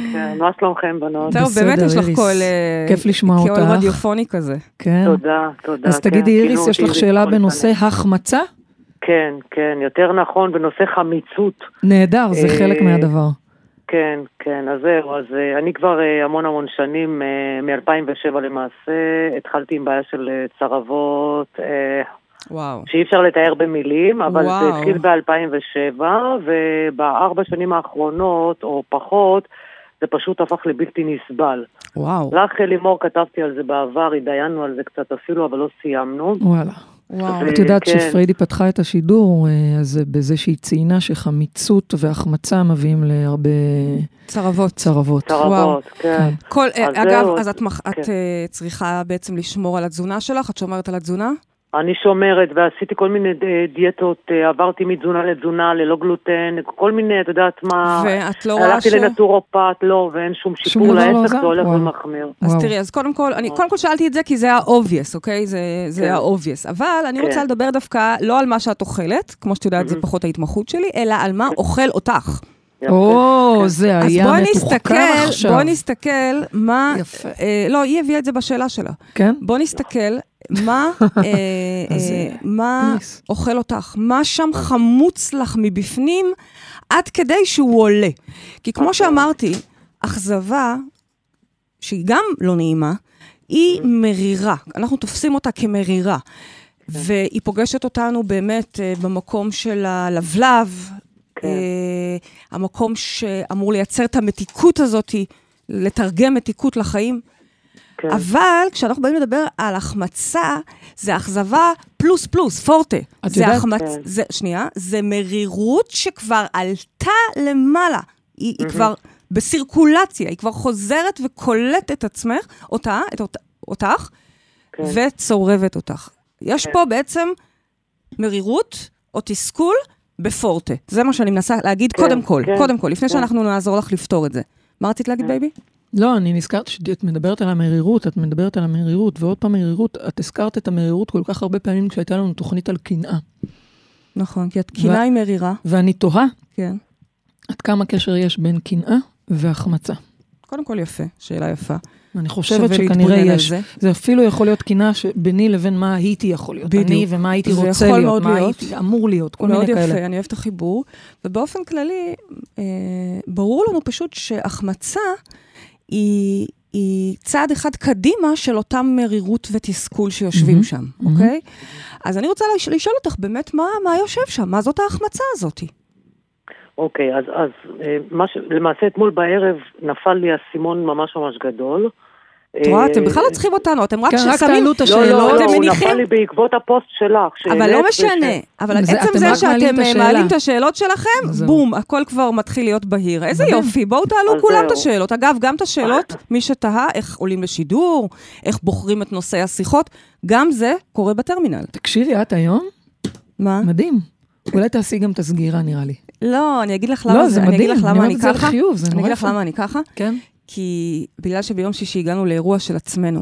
מה שלומכם, בנות? טוב, באמת יש לך קול... כיף לשמוע אותך. קול רדיופוני כזה. כן. תודה, תודה. אז תגידי, איריס, יש לך שאלה בנושא החמצה? כן, כן, יותר נכון, בנושא חמיצות. נהדר, זה חלק מהדבר. כן, כן, אז זהו, אז אני כבר המון המון שנים, מ-אלפיים ושבע למעשה, התחלתי עם בעיה של צרבות, וואו. שאי אפשר לתאר במילים, אבל וואו. זה התחיל ב-אלפיים ושבע, ובארבע שנים האחרונות, או פחות, זה פשוט הפך לבלתי נסבל. וואו. לך לימור כתבתי על זה בעבר, התדיינו על זה קצת אפילו, אבל לא סיימנו. וואלה. וואו. את יודעת שפריידי פתחה את השידור, אז בזה שהיא ציינה שחמיצות והחמצה מביאים להרבה... צרבות. צרבות. צרבות, כן. אגב, אז את צריכה בעצם לשמור על התזונה שלך? את שומרת על התזונה? אני שומרת, ועשיתי כל מיני דיאטות, עברתי מתזונה לתזונה, ללא גלוטן, כל מיני, את יודעת מה... ואת לא רואה ש... הלכתי לנטורופט, לא, ואין שום שיפור לעסק, זה הולך ומחמיר. אז תראי, אז קודם כל, אני קודם כל שאלתי את זה, כי זה היה obvious, אוקיי? זה היה obvious. אבל אני רוצה לדבר דווקא לא על מה שאת אוכלת, כמו שאת יודעת, זה פחות ההתמחות שלי, אלא על מה אוכל אותך. או, זה היה מתוחכם עכשיו. בוא נסתכל מה... לא, היא הביאה את זה בשאלה שלה. כן? בוא נסתכל מה, מה אוכל אותך, מה שם חמוץ לך מבפנים, עד כדי שהוא עולה. כי כמו שאמרתי, אכזבה, שהיא גם לא נעימה, היא מרירה. אנחנו תופסים אותה כמרירה. והיא פוגשת אותנו באמת במקום של הלבלב, המקום שאמור לייצר את המתיקות הזאת, לתרגם מתיקות לחיים. כן. אבל כשאנחנו באים לדבר על החמצה, זה אכזבה פלוס פלוס, פורטה. זה החמצ... כן. זה, שנייה, זה מרירות שכבר עלתה למעלה. היא, היא כבר בסירקולציה, היא כבר חוזרת וקולטת את עצמך, אותה, את אות, אותך, כן. וצורבת אותך. יש כן. פה בעצם מרירות או תסכול בפורטה. זה מה שאני מנסה להגיד כן, קודם כל, כן, קודם כל, לפני כן. שאנחנו נעזור לך לפתור את זה. מה רצית להגיד, בייבי? לא, אני נזכרת שאת מדברת על המרירות, את מדברת על המרירות, ועוד פעם מרירות, את הזכרת את המרירות כל כך הרבה פעמים כשהייתה לנו תוכנית על קנאה. נכון, כי את קנאה היא מרירה. ואני תוהה, כן. עד כמה קשר יש בין קנאה והחמצה. קודם כל יפה, שאלה יפה. אני חושבת שכנראה יש. זה. זה אפילו יכול להיות קנאה שביני לבין מה הייתי יכול להיות. בדיוק. אני ומה הייתי רוצה להיות, מה להיות. הייתי אמור להיות, כל מיני כאלה. מאוד יפה, אני אוהבת את החיבור. ובאופן כללי, אה, ברור לנו פשוט שהחמצה היא, היא צעד אחד קדימה של אותם מרירות ותסכול שיושבים mm-hmm. שם, mm-hmm. אוקיי? אז אני רוצה לשאול אותך באמת מה, מה יושב שם, מה זאת ההחמצה הזאת? אוקיי, אז, אז מה ש... למעשה אתמול בערב נפל לי הסימון ממש ממש גדול. תראה, אתם בכלל לא צריכים אותנו, אתם רק ששמים... רק תעלו את השאלות. לא, לא, הוא נפל לי בעקבות הפוסט שלך. אבל לא משנה, אבל עצם זה שאתם מעלים את השאלות שלכם, בום, הכל כבר מתחיל להיות בהיר. איזה יופי, בואו תעלו כולם את השאלות. אגב, גם את השאלות, מי שתהה, איך עולים לשידור, איך בוחרים את נושאי השיחות, גם זה קורה בטרמינל. תקשיבי, את היום? מה? מדהים. אולי תעשי גם את הסגירה, נראה לי. לא, אני אגיד לך למה זה, אני אגיד לך למה אני ככה. אני אגיד לך למה אני ככה. כן. כי בגלל שביום שישי הגענו לאירוע של עצמנו,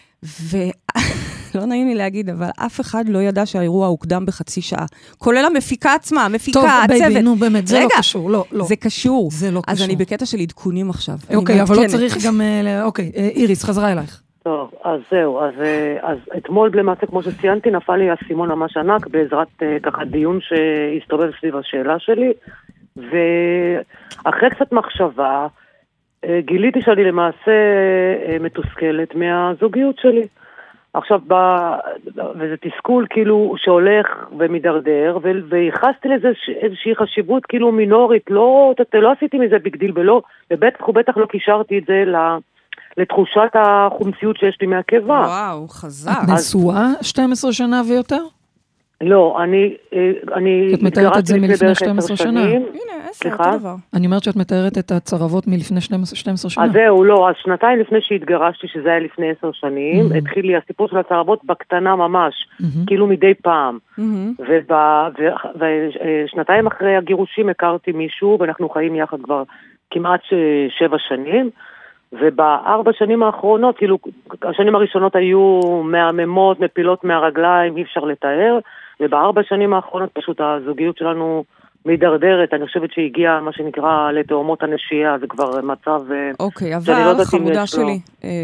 ולא נעים לי להגיד, אבל אף אחד לא ידע שהאירוע הוקדם בחצי שעה. כולל המפיקה עצמה, המפיקה, הצוות. טוב, בייבי, נו באמת, זה לא קשור. לא, לא. זה קשור. זה לא קשור. אז אני בקטע של עדכונים עכשיו. אוקיי, אבל לא צריך גם... אוקיי, איריס, חזרה אלייך. טוב, אז זהו, אז, אז אתמול למעשה, כמו שציינתי, נפל לי הסימון ממש ענק בעזרת ככה דיון שהסתובב סביב השאלה שלי, ואחרי קצת מחשבה, גיליתי שאני למעשה מתוסכלת מהזוגיות שלי. עכשיו, ב... וזה תסכול כאילו שהולך ומדרדר, ו... וייחסתי לזה ש... איזושהי חשיבות כאילו מינורית, לא, לא עשיתי מזה בגדיל, ולא, ובטח ובטח לא קישרתי את זה ל... לתחושת החומציות שיש לי מהקבע. וואו, חזק. את נשואה שתים עשרה שנה ויותר? לא, אני... אני את מתארת את זה מלפני שתים עשרה שנה. הנה, עשר, אותו דבר. אני אומרת שאת מתארת את הצרבות מלפני שתים עשרה שנה. אז זהו, לא, אז שנתיים לפני שהתגרשתי, שזה היה לפני עשר שנים, התחיל לי הסיפור של הצרבות בקטנה ממש, כאילו מדי פעם. ושנתיים אחרי הגירושים הכרתי מישהו, ואנחנו חיים יחד כבר כמעט שבע שנים, ובארבע שנים האחרונות, כאילו, השנים הראשונות היו מהממות, מפילות מהרגליים, אי אפשר לתאר, ובארבע שנים האחרונות פשוט הזוגיות שלנו מדרדרת, אני חושבת שהגיעה מה שנקרא לתאומות הנשייה, זה כבר מצב... אוקיי, אבל חמודה שלי,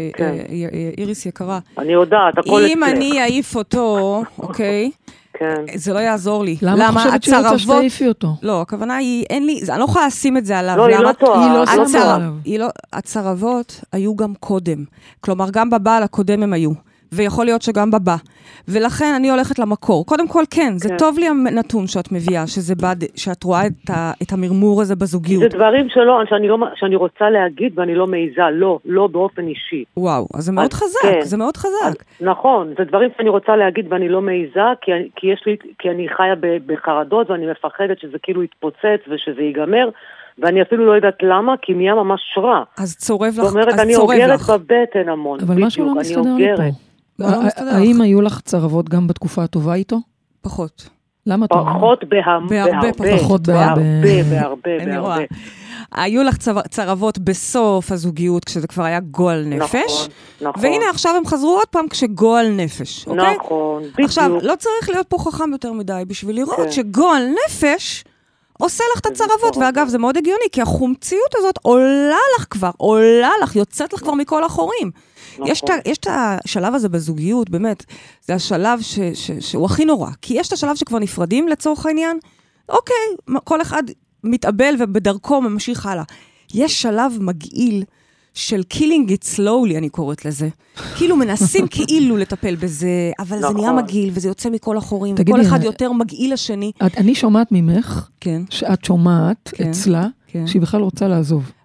איריס יקרה. אני יודעת, הכל אצלך. אם אני אעיף אותו, אוקיי? כן. זה לא יעזור לי. למה את חושבת שהיא רוצה שתעיפי אותו? לא, הכוונה היא, אין לי, אני לא יכולה לשים את זה עליו. לא, היא לא טועה. היא לא שמה עליו. הצרבות היו גם קודם. כלומר, גם בבעל הקודם הם היו. ויכול להיות שגם בבא. ולכן אני הולכת למקור. קודם כל, כן, זה טוב לי הנתון שאת מביאה, שזה בא, שאת רואה את, ה, את המרמור הזה בזוגיות. זה דברים שלא, שאני, לא, שאני רוצה להגיד ואני לא מעיזה, לא, לא באופן אישי. וואו, אז זה מאוד אז, חזק, כן. זה מאוד חזק. אז, נכון, זה דברים שאני רוצה להגיד ואני לא מעיזה, כי, כי, יש לי, כי אני חיה ב, בחרדות ואני מפחדת שזה כאילו יתפוצץ ושזה ייגמר, ואני אפילו לא יודעת למה, כי נהיה ממש רע. אז צורב לך, זאת אומרת, אני אוגרת בבטן המון. אבל משהו לא מסתדר לי פה. האם היו לך צרבות גם בתקופה הטובה איתו? פחות. למה אתה אומר? פחות בהרבה. פחות בהרבה. בהרבה, בהרבה. היו לך צרבות בסוף הזוגיות, כשזה כבר היה גועל נפש. נכון. והנה עכשיו הם חזרו עוד פעם כשגועל נפש. נכון, בדיוק. עכשיו, לא צריך להיות פה חכם יותר מדי, בשביל לראות שגועל נפש עושה לך את הצרבות. ואגב, זה מאוד הגיוני, כי החומציות הזאת עולה לך כבר, עולה לך, יוצאת לך כבר מכל החורים. יש את, יש את השלב הזה בזוגיות, באמת, זה השלב ש, ש, שהוא הכי נורא. כי יש את השלב שכבר נפרדים לצורך העניין, אוקיי, כל אחד מתאבל ובדרכו ממשיך הלאה. יש שלב מגעיל של killing it slowly, אני קוראת לזה. כאילו מנסים כאילו לטפל בזה, אבל זה נהיה מגעיל וזה יוצא מכל החורים, וכל אחד יותר מגעיל לשני. אני שומעת ממך, שאת שומעת אצלה, שהיא בכלל רוצה לעזוב.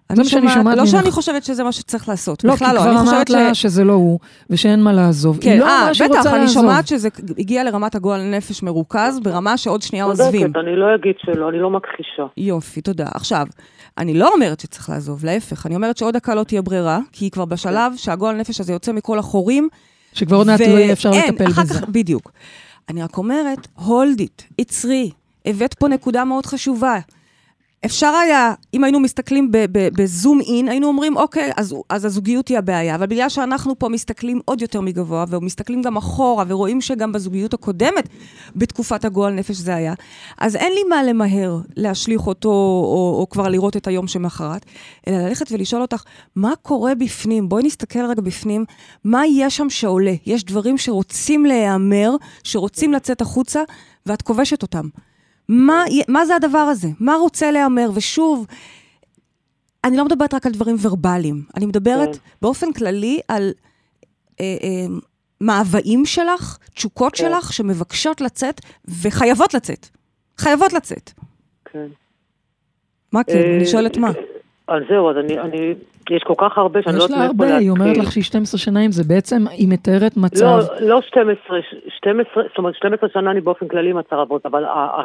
זה מה שאני שומעת ממך. לא שאני חושבת שזה מה שצריך לעשות. לא, כי כבר אמרת לה שזה לא הוא, ושאין מה לעזוב. כן, אה, בטח, אני שומעת שזה הגיע לרמת הגועל נפש מרוכז, ברמה שעוד שנייה עוזבים. אני לא אגיד שלא, אני לא מכחישה. יופי, תודה. עכשיו, אני לא אומרת שצריך לעזוב, להפך, אני אומרת שעוד דקה לא תהיה ברירה, כי היא כבר בשלב שהגועל נפש הזה יוצא מכל החורים, שכבר עוד מעט לא יהיה אפשר לטפל בזה. בדיוק. אני רק אומרת, hold it, עצרי, הבאת פה נקודה מאוד חשובה. אפשר היה, אם היינו מסתכלים בזום אין, היינו אומרים, אוקיי, אז, אז הזוגיות היא הבעיה, אבל בגלל שאנחנו פה מסתכלים עוד יותר מגבוה, ומסתכלים גם אחורה, ורואים שגם בזוגיות הקודמת, בתקופת הגועל נפש זה היה, אז אין לי מה למהר להשליך אותו, או, או כבר לראות את היום שמחרת, אלא ללכת ולשאול אותך, מה קורה בפנים? בואי נסתכל רגע בפנים, מה יש שם שעולה? יש דברים שרוצים להיאמר, שרוצים לצאת החוצה, ואת כובשת אותם. מה, מה זה הדבר הזה? מה רוצה להיאמר? ושוב, אני לא מדברת רק על דברים ורבליים. אני מדברת כן. באופן כללי על אה, אה, מאוויים שלך, תשוקות כן. שלך, שמבקשות לצאת, וחייבות לצאת. חייבות לצאת. כן. מה כן? אה, אני שואלת מה? אז זהו, אז אני... אני... יש כל כך הרבה שאני לא יודעת מאיפה להתחיל. יש לה הרבה, היא אומרת לך שהיא שתים עשרה שנה עם זה, בעצם היא מתארת מצב... לא, לא שתים עשרה, שתים עשרה, זאת אומרת, שתים עשרה שנה אני באופן כללי מצרבות, אבל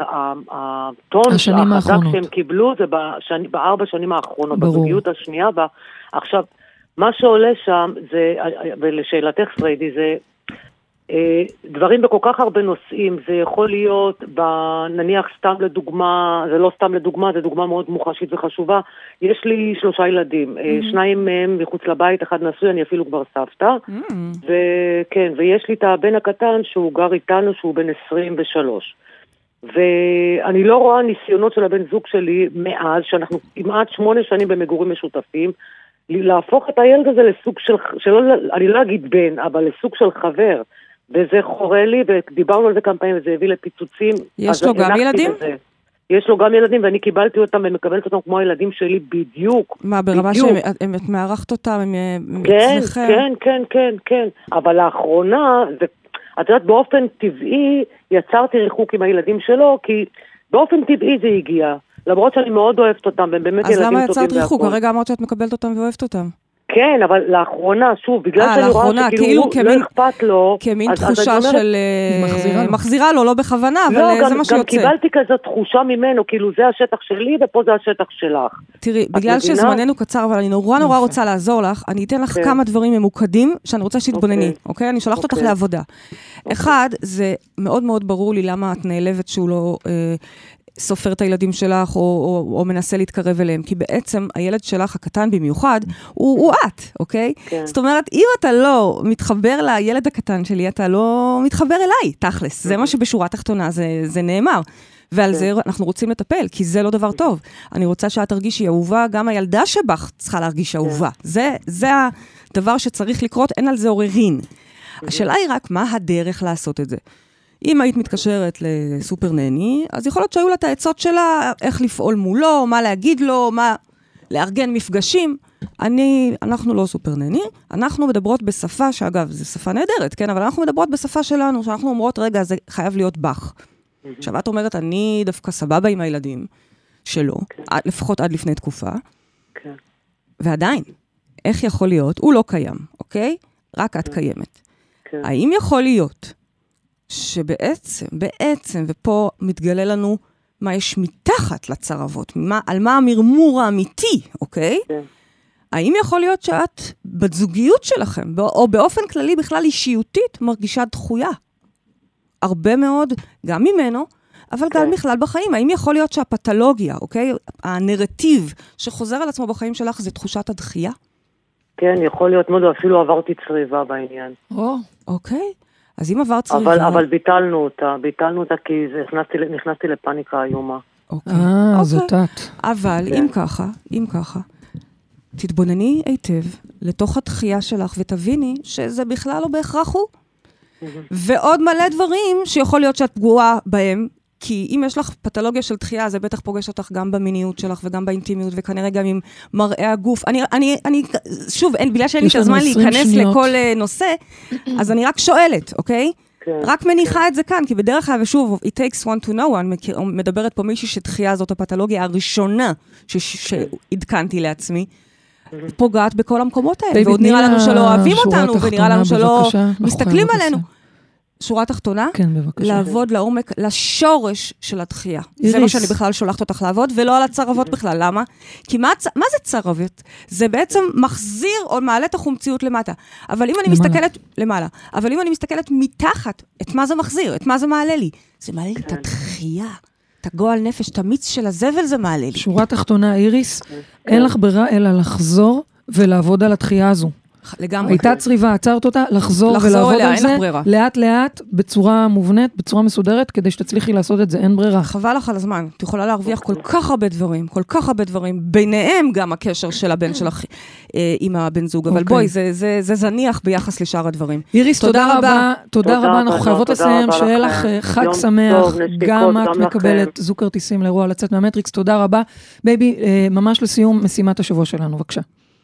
הטון החזק שהם קיבלו זה בארבע שנים האחרונות, בזוגיות השנייה, עכשיו, מה שעולה שם, זה, ולשאלתך פריידי, זה דברים בכל כך הרבה נושאים, זה יכול להיות, נניח סתם לדוגמה, זה לא סתם לדוגמה, זה דוגמה מאוד מוחשית וחשובה, יש לי שלושה ילדים, mm-hmm. שניים מהם מחוץ לבית, אחד נשוי, אני אפילו כבר סבתא, mm-hmm. וכן, ויש לי את הבן הקטן שהוא גר איתנו, שהוא בן עשרים ושלוש, ואני לא רואה ניסיונות של הבן זוג שלי מאז, שאנחנו כמעט שמונה שנים במגורים משותפים, להפוך את הילד הזה לסוג של, שלא, אני לא אגיד בן, אבל לסוג של חבר, וזה חורה לי, ודיברנו על זה כמה פעמים, וזה הביא לפיצוצים. יש לו גם ילדים? בזה. יש לו גם ילדים, ואני קיבלתי אותם ומקבלת אותם כמו הילדים שלי בדיוק. מה, ברמה שאת מערכת אותם, הם כן, כן, כן, כן, כן. אבל לאחרונה, זה, את יודעת, באופן טבעי, יצרתי ריחוק עם הילדים שלו, כי באופן טבעי זה הגיע. למרות שאני מאוד אוהבת אותם, והם באמת ילדים טובים. אז למה יצרת ריחוק? הרגע אמרת שאת מקבלת אותם ואוהבת אותם. כן, אבל לאחרונה, שוב, בגלל שאני רואה שכאילו לא אכפת לו, כמין תחושה של מחזירה לו, לא בכוונה, אבל זה מה שיוצא. גם קיבלתי כזאת תחושה ממנו, כאילו זה השטח שלי ופה זה השטח שלך. תראי, בגלל שזמננו קצר, אבל אני נורא נורא רוצה לעזור לך, אני אתן לך כמה דברים ממוקדים שאני רוצה שתתבונני, אוקיי? אני שולחת אותך לעבודה. אחד, זה מאוד מאוד ברור לי למה את נעלבת שהוא לא... סופר את הילדים שלך, או, או, או מנסה להתקרב אליהם, כי בעצם הילד שלך, הקטן במיוחד, הוא, הוא את, אוקיי? כן. זאת אומרת, אם אתה לא מתחבר לילד הקטן שלי, אתה לא מתחבר אליי, תכלס. זה מה שבשורה תחתונה, זה, זה נאמר. ועל זה אנחנו רוצים לטפל, כי זה לא דבר טוב. אני רוצה שאת תרגישי אהובה, גם הילדה שבך צריכה להרגיש אהובה. זה, זה הדבר שצריך לקרות, אין על זה עוררין. השאלה היא רק, מה הדרך לעשות את זה? אם היית מתקשרת לסופר נני, אז יכול להיות שהיו לה את העצות שלה, איך לפעול מולו, מה להגיד לו, מה לארגן מפגשים. אני, אנחנו לא סופר נני, אנחנו מדברות בשפה, שאגב, זו שפה נהדרת, כן? אבל אנחנו מדברות בשפה שלנו, שאנחנו אומרות, רגע, זה חייב להיות בך. עכשיו, את אומרת, אני דווקא סבבה עם הילדים שלו, לפחות עד לפני תקופה. ועדיין, איך יכול להיות? הוא לא קיים, אוקיי? רק את קיימת. האם יכול להיות שבעצם, בעצם, ופה מתגלה לנו מה יש מתחת לצרבות, מה, על מה המרמור האמיתי, אוקיי? כן. האם יכול להיות שאת בזוגיות שלכם, או באופן כללי בכלל אישיותית, מרגישה דחויה? הרבה מאוד, גם ממנו, אבל כן. גם בכלל בחיים. האם יכול להיות שהפתולוגיה, אוקיי? הנרטיב שחוזר על עצמו בחיים שלך, זה תחושת הדחייה? כן, יכול להיות מאוד, אפילו עברתי צריבה בעניין. או, אוקיי. אז אם עבר צריבה... אבל, אבל ביטלנו אותה, ביטלנו אותה כי זה, נכנסתי, נכנסתי לפאניקה איומה. אוקיי. אה, אוקיי. זאת את. אבל כן. אם ככה, אם ככה, תתבונני היטב לתוך הדחייה שלך ותביני שזה בכלל לא בהכרח הוא. ועוד מלא דברים שיכול להיות שאת פגועה בהם, כי אם יש לך פתולוגיה של דחייה, זה בטח פוגש אותך גם במיניות שלך וגם באינטימיות, וכנראה גם עם מראה הגוף. אני, אני, אני, שוב, אין, בגלל שאין לי את הזמן להיכנס שניות. לכל נושא, אז אני רק שואלת, אוקיי? כן, רק מניחה כן. את זה כאן, כי בדרך כלל, ושוב, it takes one to know one, מכיר, מדברת פה מישהי שדחייה זאת הפתולוגיה הראשונה שהדכנתי לעצמי, פוגעת בכל המקומות האלה, ועוד נראה לנו שלא אוהבים אותנו, ונראה לנו שלא מסתכלים עלינו. שורה תחתונה, כן, בבקשה. לעבוד לעומק, לשורש של הדחייה. זה מה שאני בכלל שולחת אותך לעבוד, ולא על הצרבות בכלל. למה? כי מה, מה זה צרבת? זה בעצם מחזיר או מעלה את החומציות למטה. אבל אם אני מסתכלת, למעלה, אבל אם אני מסתכלת מתחת, את מה זה מחזיר? את מה זה מעלה לי? זה מעלה לי את הדחייה. את הגועל נפש, את המיץ של הזבל זה מעלה לי. שורה תחתונה, איריס, אין לך ברירה אלא לחזור ולעבוד על הדחייה הזו. לגמרי. הייתה צריבה, עצרת אותה, לחזור ולעבוד על זה, לאט לאט, בצורה מובנית, בצורה מסודרת, כדי שתצליחי לעשות את זה, אין ברירה. חבל לך על הזמן, את יכולה להרוויח כל כך הרבה דברים, כל כך הרבה דברים, ביניהם גם הקשר של הבן שלך עם הבן זוג, אבל בואי, זה זניח ביחס לשאר הדברים. איריס, תודה רבה, תודה רבה, אנחנו חייבות לסיים, שיהיה לך חג שמח, גם את מקבלת זוג כרטיסים לאירוע לצאת מהמטריקס, תודה רבה. בייבי, ממש לסיום, משימת השבוע שלנו, בבקשה.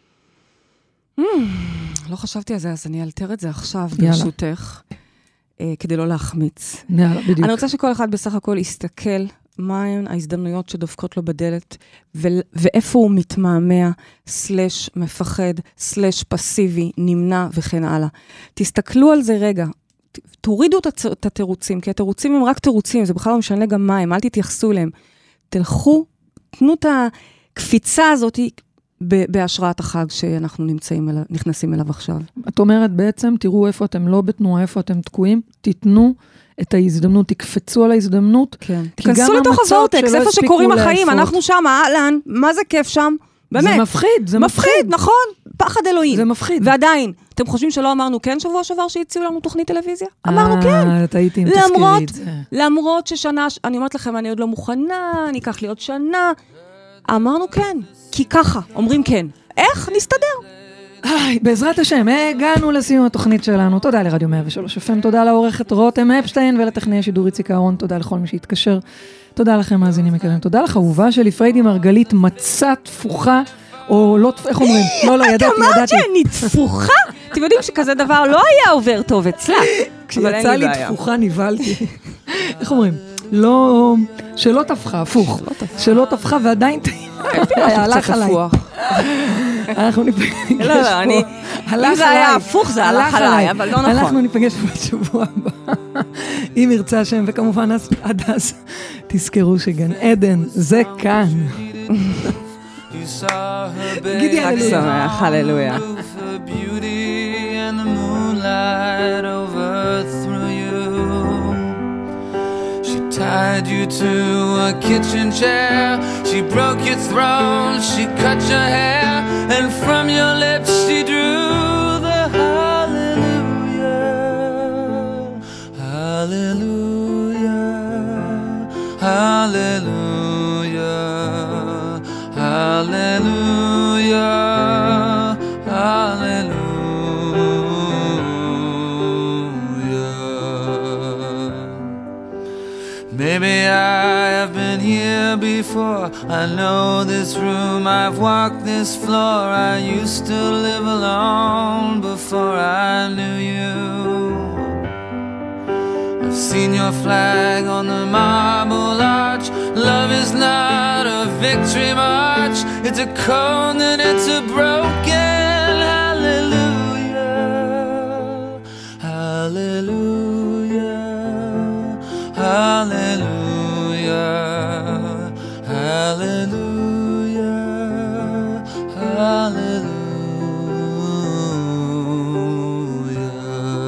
לא חשבתי על זה, אז אני אלתר את זה עכשיו, ברשותך, כדי לא להחמיץ. יאללה, בדיוק. אני רוצה שכל אחד בסך הכל יסתכל מהן ההזדמנויות שדופקות לו בדלת, ואיפה הוא מתמהמה, סלש מפחד, סלש פסיבי, נמנע וכן הלאה. תסתכלו על זה רגע, תורידו את התירוצים, כי התירוצים הם רק תירוצים, זה בכלל לא משנה גם מה הם, אל תתייחסו אליהם. תלכו, תנו את הקפיצה הזאת, בהשראת החג שאנחנו נמצאים אליו, נכנסים אליו עכשיו. את אומרת בעצם, תראו איפה אתם לא בתנועה, איפה אתם תקועים, תיתנו את ההזדמנות, תקפצו על ההזדמנות. כן. תיכנסו לתוך הוורטקס, איפה שקוראים החיים, אנחנו שם, אהלן, מה זה כיף שם? באמת. זה מפחיד, זה מפחיד. מפחיד, נכון, פחד אלוהים. זה מפחיד. ועדיין, אתם חושבים שלא אמרנו כן שבוע שעבר שהציעו לנו תוכנית טלוויזיה? אמרנו כן. תהייתי אם תזכירי את זה. למרות ששנה, אני אומרת לכם, אני עוד לא מוכנה, אני אקח לי עוד שנה. אמרנו כן, כי ככה, אומרים כן. איך? נסתדר. איי, בעזרת השם, הגענו לסיום התוכנית שלנו. תודה לרדיו מאה ושלוש אף אם, תודה לעורכת רותם אפשטיין ולטכנאי השידור איציק אהרון, תודה לכל מי שהתקשר. תודה לכם מאזינים יקרים. תודה לך אהובה שלי, פריידי מרגלית, מצה תפוחה, או לא, איך אומרים? לא, לא, ידעתי, ידעתי. את אמרת שאני תפוחה? אתם יודעים שכזה דבר לא היה עובר טוב אצלה. כשיצא לי תפוחה נבלתי. איך אומרים? לא, שלא תפחה, הפוך. שלא תפחה ועדיין הלך עליי. אנחנו ניפגש פה. לא, לא, אני... אם זה היה הפוך, זה הלך עליי, אבל לא נכון. אנחנו ניפגש בשבוע הבא. אם ירצה השם, וכמובן עד אז, תזכרו שגן עדן, זה כאן. גידי הללויה. שמח, הללויה. Tied you to a kitchen chair. She broke your throne, she cut your hair, and from your lips she drew the hallelujah, hallelujah, hallelujah, hallelujah, hallelujah. Maybe I have been here before. I know this room, I've walked this floor. I used to live alone before I knew you. I've seen your flag on the marble arch. Love is not a victory march. It's a cold and it's a broken hallelujah, hallelujah, hallelujah, hallelujah, hallelujah.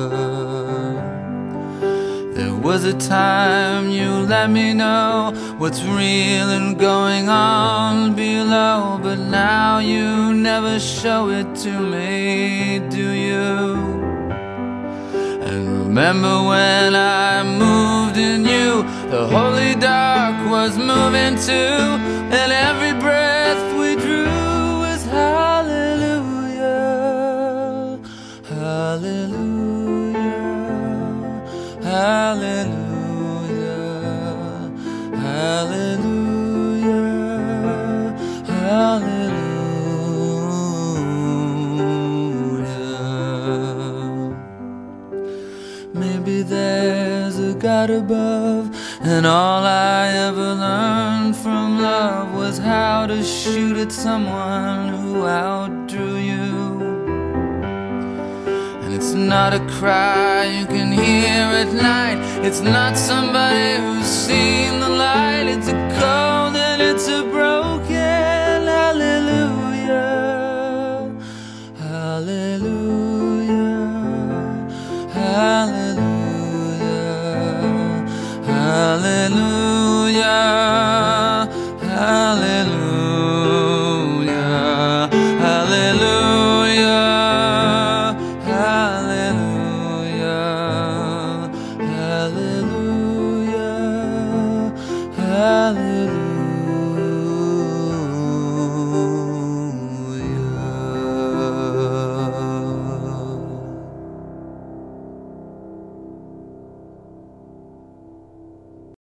There was a time you let me know what's real and going on below, but now you never show it to me, do you? And remember when I moved in you, the holy dark was moving too, and every breath we drew was hallelujah, hallelujah, hallelujah, hallelujah, hallelujah. Maybe there right above. And all I ever learned from love was how to shoot at someone who outdrew you. And it's not a cry you can hear at night. It's not somebody who's seen the light. It's a cold